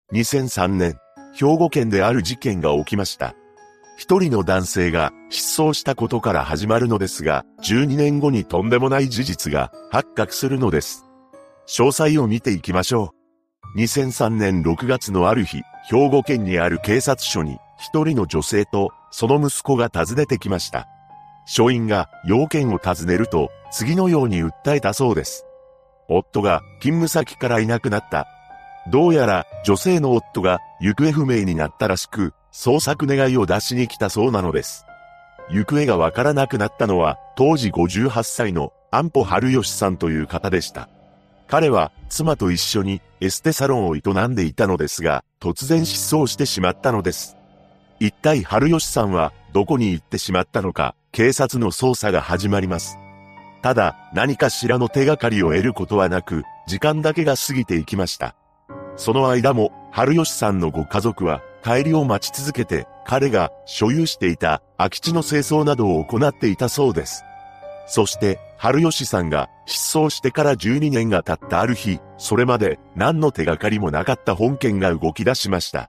2003年、兵庫県である事件が起きました。一人の男性が失踪したことから始まるのですが、12年後にとんでもない事実が発覚するのです。詳細を見ていきましょう。2003年6月のある日、兵庫県にある警察署に一人の女性とその息子が訪ねてきました。署員が要件を尋ねると次のように訴えたそうです。夫が勤務先からいなくなった。どうやら女性の夫が行方不明になったらしく、捜索願いを出しに来たそうなのです。行方がわからなくなったのは当時58歳の安保春義さんという方でした。彼は妻と一緒にエステサロンを営んでいたのですが、突然失踪してしまったのです。一体春義さんはどこに行ってしまったのか、警察の捜査が始まります。ただ、何かしらの手がかりを得ることはなく、時間だけが過ぎていきました。その間も、春義さんのご家族は、帰りを待ち続けて、彼が所有していた空き地の清掃などを行っていたそうです。そして、春義さんが失踪してから12年が経ったある日、それまで何の手がかりもなかった本件が動き出しました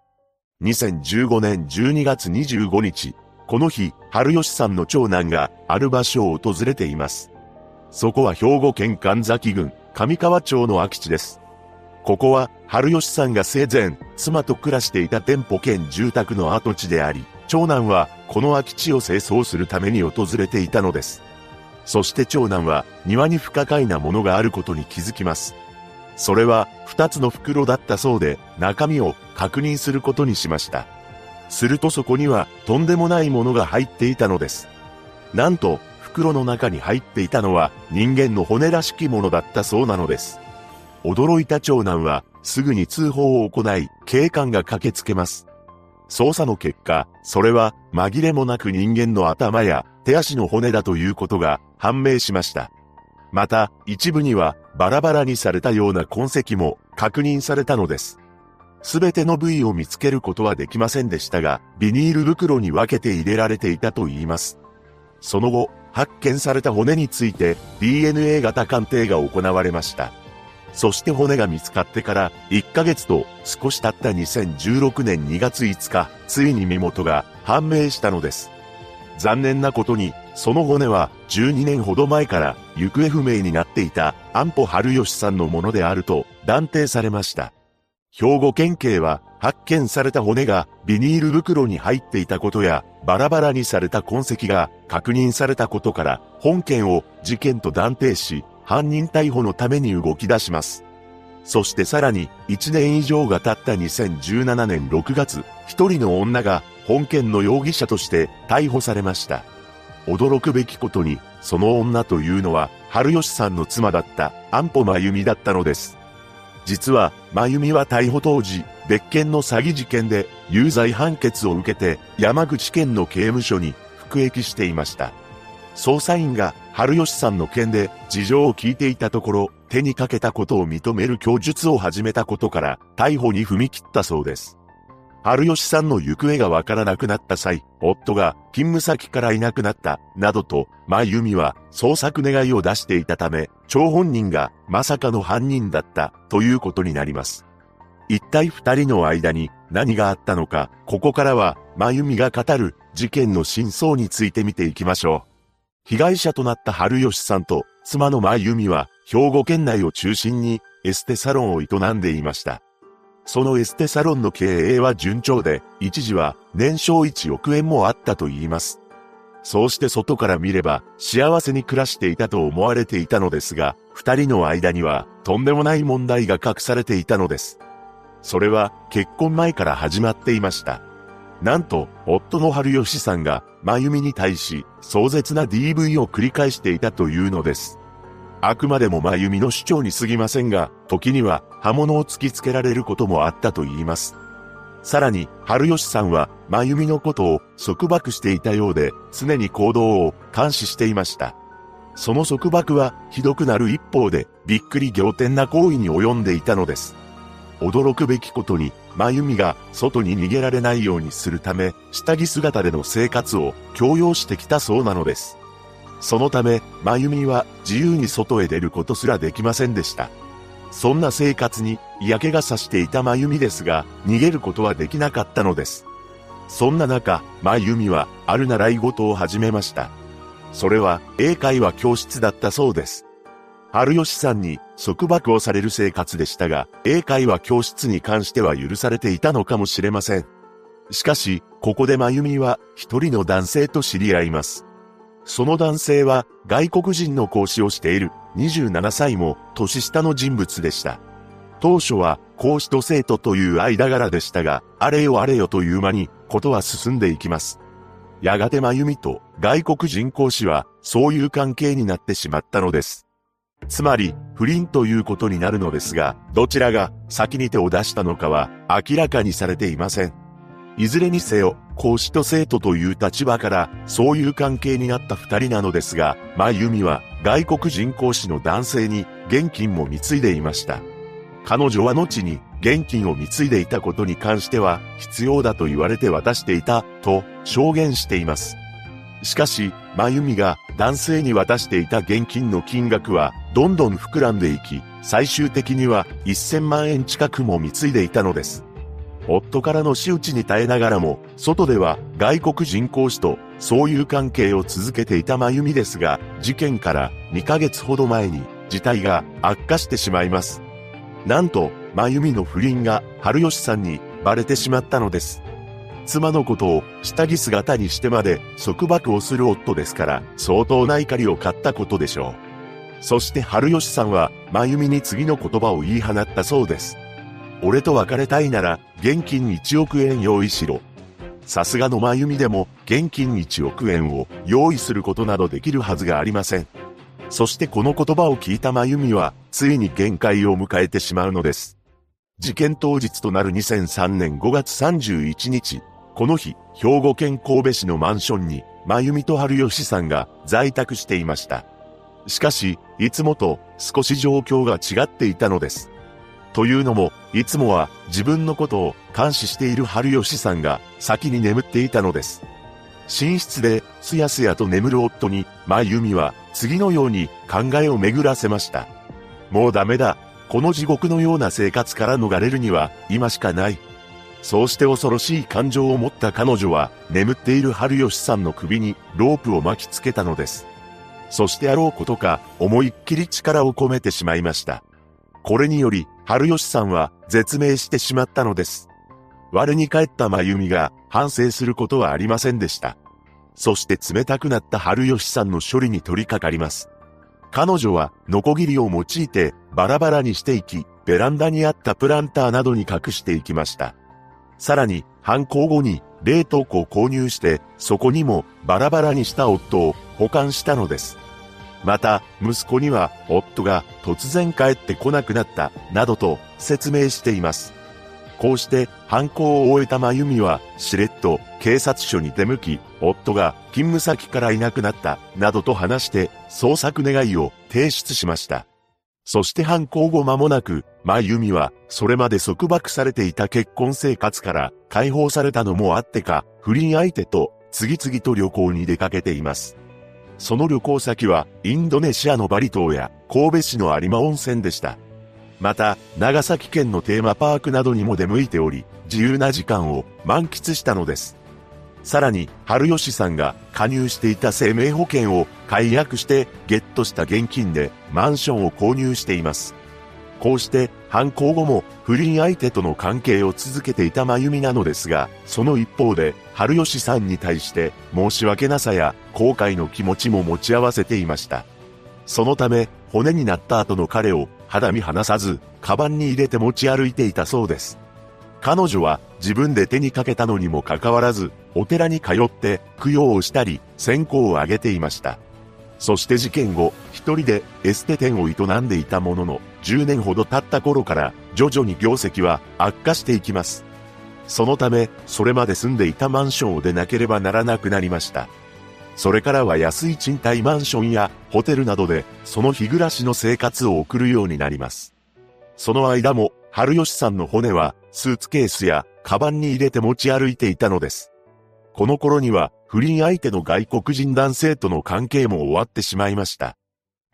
。2015年12月25日、この日、春義さんの長男がある場所を訪れています。そこは兵庫県神崎郡上川町の空き地です。ここは春義さんが生前、妻と暮らしていた店舗兼住宅の跡地であり、長男はこの空き地を清掃するために訪れていたのです。そして長男は庭に不可解なものがあることに気づきます。それは2つの袋だったそうで、中身を確認することにしました。するとそこにはとんでもないものが入っていたのです。なんと袋の中に入っていたのは人間の骨らしきものだったそうなのです。驚いた長男はすぐに通報を行い、警官が駆けつけます。捜査の結果、それは紛れもなく人間の頭や手足の骨だということが判明しました。また、一部にはバラバラにされたような痕跡も確認されたのです。すべての部位を見つけることはできませんでしたが、ビニール袋に分けて入れられていたといいます。その後、発見された骨について DNA 型鑑定が行われました。そして骨が見つかってから1ヶ月と少し経った2016年2月5日、ついに身元が判明したのです。残念なことに、その骨は12年ほど前から行方不明になっていた安保春義さんのものであると断定されました。兵庫県警は発見された骨がビニール袋に入っていたことやバラバラにされた痕跡が確認されたことから本件を事件と断定し、犯人逮捕のために動き出します。そしてさらに1年以上が経った2017年6月、一人の女が本件の容疑者として逮捕されました。驚くべきことに、その女というのは春義さんの妻だった安保真由美だったのです。実は真由美は逮捕当時、別件の詐欺事件で有罪判決を受けて山口県の刑務所に服役していました。捜査員が春義さんの件で事情を聞いていたところ、手にかけたことを認める供述を始めたことから逮捕に踏み切ったそうです。春義さんの行方がわからなくなった際、夫が勤務先からいなくなった、などと真由美は捜索願いを出していたため、張本人がまさかの犯人だったということになります。一体二人の間に何があったのか、ここからは真由美が語る事件の真相について見ていきましょう。被害者となった春義さんと妻の真由美は兵庫県内を中心にエステサロンを営んでいました。そのエステサロンの経営は順調で、一時は年商1億円もあったといいます。そうして外から見れば幸せに暮らしていたと思われていたのですが、二人の間にはとんでもない問題が隠されていたのです。それは結婚前から始まっていました。なんと、夫の春義さんが真由美に対し壮絶な DV を繰り返していたというのです。あくまでも真由美の主張に過ぎませんが、時には刃物を突きつけられることもあったと言います。さらに、春義さんは真由美のことを束縛していたようで、常に行動を監視していました。その束縛はひどくなる一方で、びっくり仰天な行為に及んでいたのです。驚くべきことに、真由美が外に逃げられないようにするため、下着姿での生活を強要してきたそうなのです。そのため、真由美は自由に外へ出ることすらできませんでした。 そんな生活に嫌気がさしていた真由美ですが、逃げることはできなかったのです。そんな中、真由美はある習い事を始めました。それは英会話教室だったそうです。春吉さんに束縛をされる生活でしたが、英会話教室に関しては許されていたのかもしれません。しかし、ここで真由美は一人の男性と知り合います。その男性は外国人の講師をしている27歳も年下の人物でした。当初は講師と生徒という間柄でしたが、あれよあれよという間にことは進んでいきます。やがて真由美と外国人講師はそういう関係になってしまったのです。つまり不倫ということになるのですが、どちらが先に手を出したのかは明らかにされていません。いずれにせよ、講師と生徒という立場からそういう関係になった二人なのですが、真由美は外国人講師の男性に現金も貢いでいました。彼女は後に現金を貢いでいたことに関しては必要だと言われて渡していたと証言しています。しかし、真由美が男性に渡していた現金の金額はどんどん膨らんでいき、最終的には1000万円近くも貢いでいたのです。夫からの仕打ちに耐えながらも、外では外国人講師とそういう関係を続けていた真由美ですが、事件から2ヶ月ほど前に事態が悪化してしまいます。なんと、真由美の不倫が春吉さんにバレてしまったのです。妻のことを下着姿にしてまで束縛をする夫ですから、相当な怒りを買ったことでしょう。そして春吉さんは真由美に次の言葉を言い放ったそうです。俺と別れたいなら現金1億円用意しろ。さすがの真由美でも現金1億円を用意することなどできるはずがありません。そしてこの言葉を聞いた真由美はついに限界を迎えてしまうのです。事件当日となる2003年5月31日、この日、兵庫県神戸市のマンションに真由美と春吉さんが在宅していました。しかし、いつもと少し状況が違っていたのです。というのも、いつもは自分のことを監視している春吉さんが先に眠っていたのです。寝室ですやすやと眠る夫に真由美は次のように考えを巡らせました。もうダメだ。この地獄のような生活から逃れるには今しかない。そうして恐ろしい感情を持った彼女は眠っている春吉さんの首にロープを巻きつけたのです。そしてあろうことか思いっきり力を込めてしまいました。これにより春吉さんは絶命してしまったのです。我に返った真由美が反省することはありませんでした。そして冷たくなった春吉さんの処理に取り掛かります。彼女はノコギリを用いてバラバラにしていき、ベランダにあったプランターなどに隠していきました。さらに犯行後に冷凍庫を購入してそこにもバラバラにした夫を保管したのです。また息子には夫が突然帰ってこなくなったなどと説明しています。こうして犯行を終えた真由美はしれっと警察署に出向き、夫が勤務先からいなくなったなどと話して捜索願いを提出しました。そして犯行後間もなく真由美はそれまで束縛されていた結婚生活から解放されたのもあってか、不倫相手と次々と旅行に出かけています。その旅行先はインドネシアのバリ島や神戸市の有馬温泉でした。また、長崎県のテーマパークなどにも出向いており、自由な時間を満喫したのです。さらに、春吉さんが加入していた生命保険を解約してゲットした現金でマンションを購入しています。こうして犯行後も不倫相手との関係を続けていた真由美なのですが、その一方で春吉さんに対して申し訳なさや後悔の気持ちも持ち合わせていました。そのため骨になった後の彼を肌身離さずカバンに入れて持ち歩いていたそうです。彼女は自分で手にかけたのにもかかわらずお寺に通って供養をしたり線香をあげていました。そして事件後、一人でエステ店を営んでいたものの、10年ほど経った頃から徐々に業績は悪化していきます。そのため、それまで住んでいたマンションを出なければならなくなりました。それからは安い賃貸マンションやホテルなどで、その日暮らしの生活を送るようになります。その間も、春吉さんの骨は、スーツケースやカバンに入れて持ち歩いていたのです。この頃には、不倫相手の外国人男性との関係も終わってしまいました。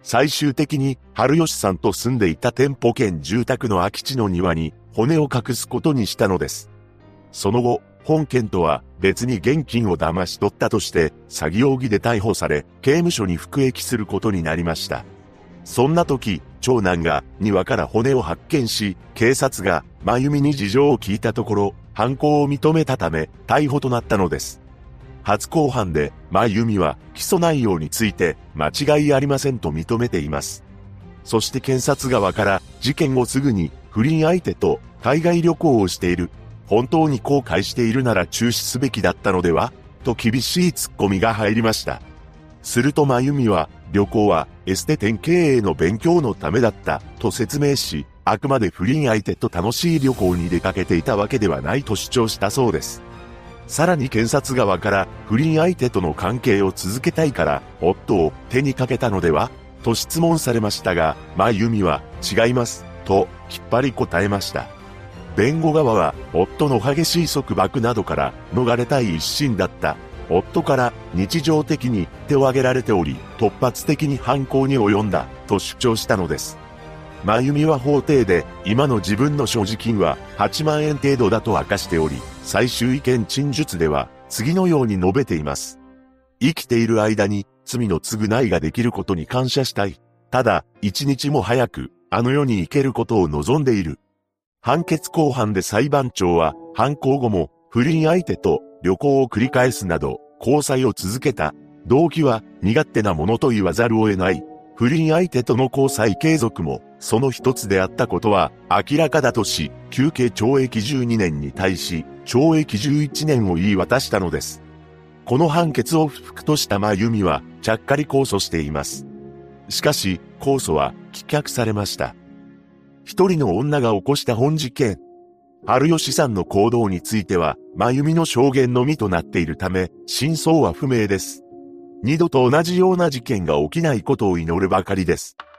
最終的に、春吉さんと住んでいた店舗兼住宅の空き地の庭に骨を隠すことにしたのです。その後、本件とは別に現金を騙し取ったとして詐欺容疑で逮捕され、刑務所に服役することになりました。そんな時、長男が庭から骨を発見し、警察が真由美に事情を聞いたところ、犯行を認めたため逮捕となったのです。初公判で真由美は起訴内容について間違いありませんと認めています。そして検察側から事件後すぐに不倫相手と海外旅行をしている。本当に後悔しているなら中止すべきだったのではと厳しいツッコミが入りました。すると真由美は旅行はエステ店経営の勉強のためだったと説明し、あくまで不倫相手と楽しい旅行に出かけていたわけではないと主張したそうです。さらに検察側から不倫相手との関係を続けたいから夫を手にかけたのではと質問されましたが、真由美は違いますときっぱり答えました。弁護側は夫の激しい束縛などから逃れたい一心だった。夫から日常的に手を挙げられており突発的に犯行に及んだと主張したのです。真由美は法廷で今の自分の所持金は8万円程度だと明かしており、最終意見陳述では次のように述べています。生きている間に罪の償いができることに感謝したい。ただ、一日も早くあの世に行けることを望んでいる。判決公判で裁判長は犯行後も不倫相手と旅行を繰り返すなど交際を続けた。動機は身勝手なものと言わざるを得ない。不倫相手との交際継続もその一つであったことは明らかだとし、求刑懲役12年に対し懲役11年を言い渡したのです。この判決を不服とした真由美はちゃっかり控訴しています。しかし、控訴は棄却されました。一人の女が起こした本事件。春吉さんの行動については真由美の証言のみとなっているため、真相は不明です。二度と同じような事件が起きないことを祈るばかりです。